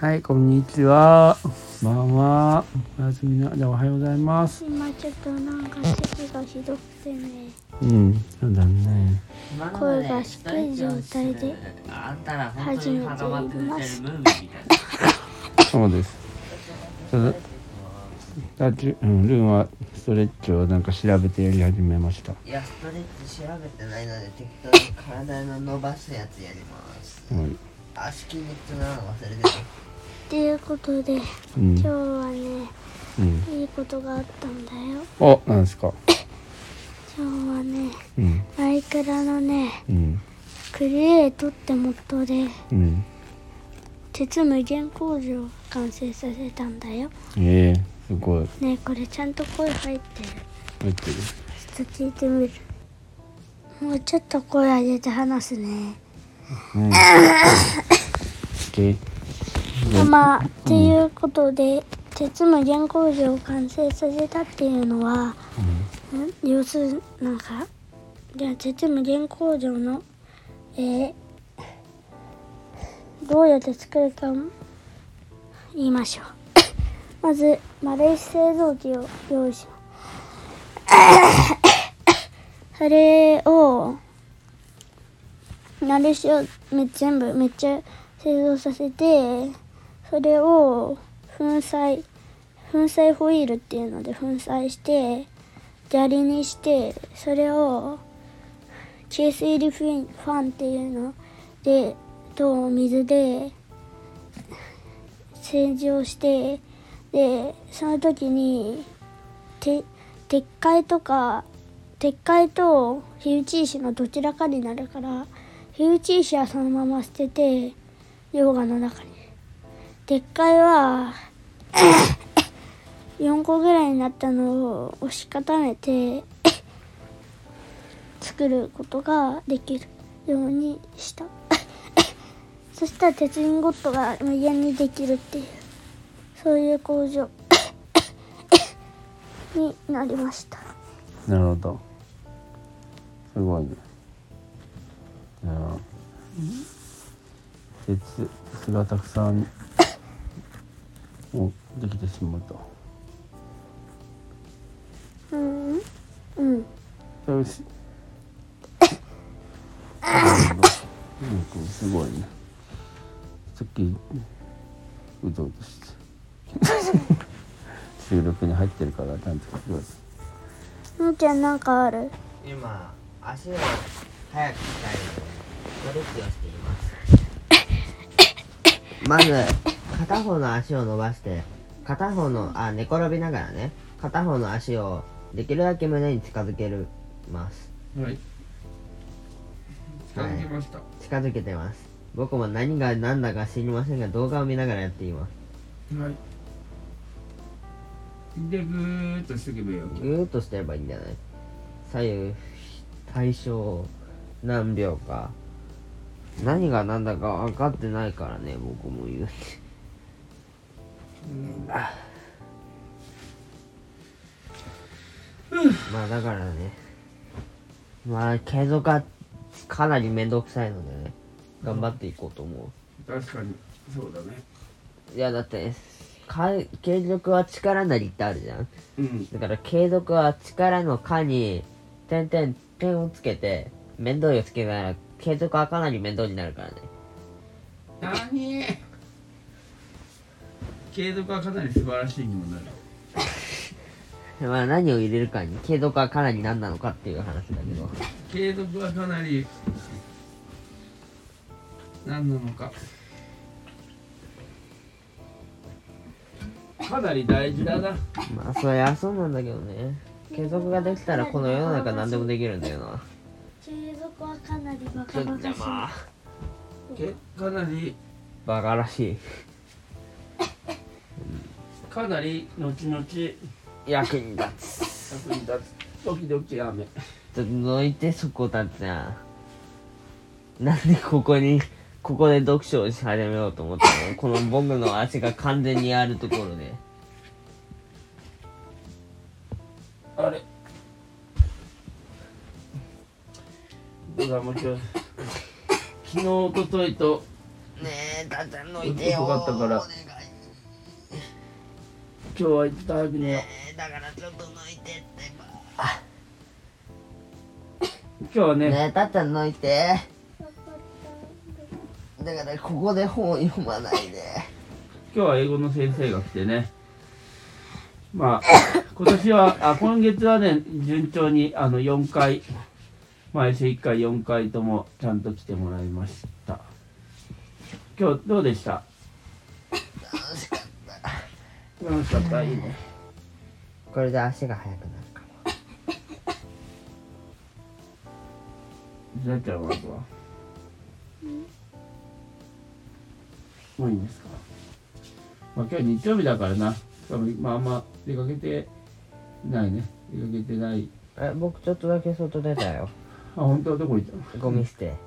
はい、こんにちは。こんばんは。おやすみな。じゃあおはようございます。 今ちょっとなんか咳がひどくてね。 そうだね。 声が低い状態で初めています。 そうです。ルーンはストレッチをなんか調べてやり始めました。 いや、ストレッチ調べてないので適当に体の伸ばすやつやります。 はい。 足筋肉痛なの忘れてた。 っていうことで、今日はね、いいことがあったんだよ。 お、なんですか。 今日はね、マイクラのね、クリエイトってモッドで、鉄無限工場を完成させたんだよ。 すごい。 ね、これちゃんと声入ってる。 入ってる。 ちょっと聞いてみる。もうちょっと声上げて話すね。っていうことで、鉄無限工場を完成させたっていうのは、要するになんか、じゃあ鉄無限工場の、どうやって作るか言いましょう。まず丸石製造機を用意します。それを丸石を全部めっちゃ製造させて、それを粉砕ホイールっていうので粉砕して砂利にして、それを吸水リファンっていうのでと水で洗浄して、でその時に鉄塊と火打ち石のどちらかになるから、火打ち石はそのまま捨てて溶岩の中に、鉄塊は4個ぐらいになったのを押し固めて作ることができるようにした。そしたら鉄インゴットが無限にできるっていう、そういう工場になりました。 なるほど。すごいね。鉄がたくさんできてしまうと。よし。すごいね。さっきうとうとして収録に入ってるからちゃんと聞くわ。 むーちゃんなんかある？ 今、足を速くしたいのでストレッチをしています。まず片方の足を伸ばして、片方の寝転びながらね、片方の足をできるだけ胸に近づけます。 はい。近づけました。 近づけてます。僕も何が何だか知りませんが、動画を見ながらやっています。 はい。で、ぐーっとしておけばいいよ。 ぐーっとしてればいいんじゃない？左右対称何秒か。何が何だか分かってないからね、僕も言う。まあだからね、まあ継続はかなりめんどくさいのでね、頑張っていこうと思う。 確かにそうだね。 いやだって継続は力なりってあるじゃん。だから継続は力のかに点をつけて面倒をつけたら継続はかなり面倒になるからね。 何？継続はかなり素晴らしいにもなる。 まあ何を入れるかに継続はかなり何なのかっていう話だけど、 継続はかなり何なのか、かなり大事だな。 まあそりゃそうなんだけどね、継続ができたらこの世の中何でもできるんだよな。 継続はかなりバカバカしい。 かなりバカらしい。 かなり後々 役に立つ。 時々雨。 ちょっとどいてそこだってな。なんでここで読書をし始めようと思ったの？この僕の足が完全にあるところで。 あれどうだもう今日昨日おとといとえたっちゃん抜いてよ。 遅かったからお願い。 今日はちょっと早く寝よだからちょっと抜いてってう。今日はね、 ねえたっちゃん抜いて。だからここで本読まないで。 今日は英語の先生が来てね、まあ今月はね順調に4回、毎週1回4回ともちゃんと来てもらいました。今日どうでした？ 楽しかった。 楽しかった。いいね。 これで足が速くなるかも。 じゃあちゃんはあとはもういいんですか？まあ今日日曜日だからな。まああんま出かけてないね。出かけてない。 僕ちょっとだけ外出たよ。 あ、本当はどこ行ったの？ ゴミ捨て。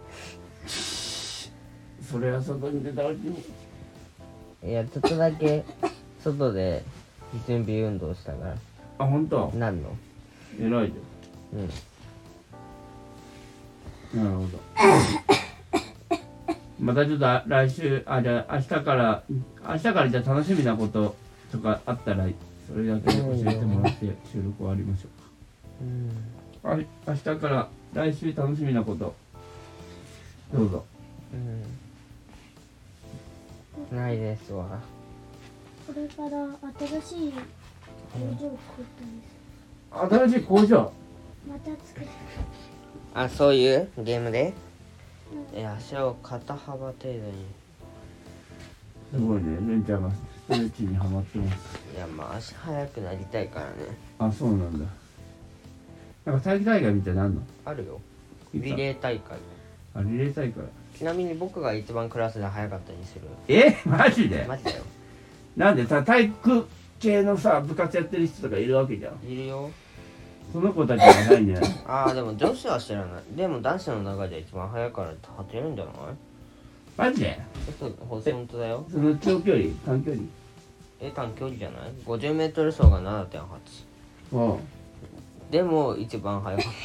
それは外に出たうちに。 いやちょっとだけ外で準備運動したから。 あ、本当？ 何の？ 偉いじゃん。 うん。 なるほど。またちょっと来週、じゃあ明日からじゃあ楽しみなこととかあったらそれだけ教えてもらって収録終わりましょうか。明日から来週楽しみなことどうぞ。 ないですわ。 これから新しい工場を作ったんです。 新しい工場。 また作る。 あ、そういうゲームで？足を肩幅程度に。 すごいね、レンちゃんがストレッチにハマってます。 いや、まあ足速くなりたいからね。 あ、そうなんだ。なんか体育大会みたいなのあんの？ あるよ。リレー大会。 あ、リレー大会。 ちなみに僕が一番クラスで速かったにする。 マジで？ マジだよ。 なんでさ、体育系のさ、部活やってる人とかいるわけじゃん。 いるよ。 その子たちじゃないんじゃない？ ああ、でも女子は知らない。でも男子の中で一番速いから勝てるんじゃない？ マジで？ 本当だよ。 その長距離短距離？ 短距離じゃない？ 50 メートル走が 7.8。 うん。 でも一番速かった。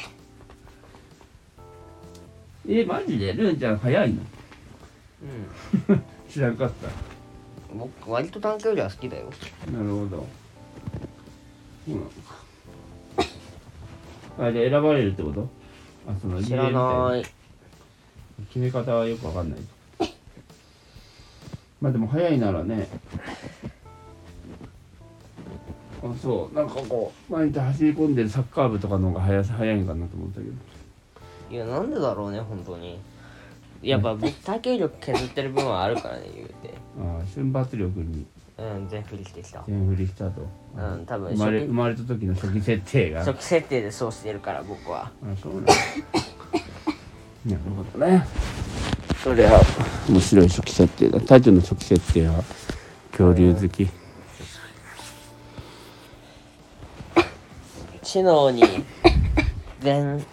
マジで？ルンちゃん速いの？ うん。 知らんかった。 僕割と短距離は好きだよ。 なるほど。そうなのか。あ、で選ばれるってこと？あ、その知らない。 決め方はよくわかんない。まあでも速いならね。あ、そう。なんかこう毎日走り込んでるサッカー部とかの方が速いんかなと思ったけど。 いや、なんでだろうね、本当に。やっぱ僕体型力削ってる分はあるからね、言うて。 ああ、瞬発力に全振りしてきた。 全振りしたと。 多分生まれた時の初期設定が。 初期設定でそうしてるから僕は。 あ、そうなんだ。なるほどね。それは面白い初期設定だ。タイトルの初期設定は恐竜好き。 知能全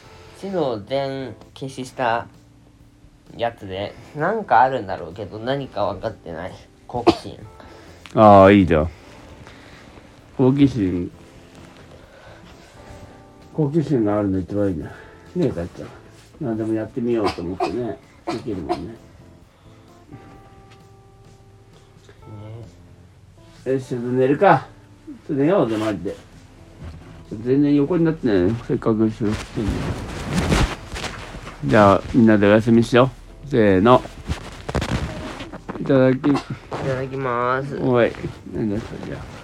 消ししたやつでなんかあるんだろうけど何か分かってない。好奇心。 ああ、いいじゃん。好奇心があるの一番いいね。ねえ、たっちゃん。何でもやってみようと思ってね、できるもんね。よし、ちょっと寝るか。ちょっと寝ようぜ、マジで。全然横になってないね。せっかく収録してんの。じゃあ、みんなでお休みしよう。せーの。いただきいただきます。 おい、なんだそれじゃあ。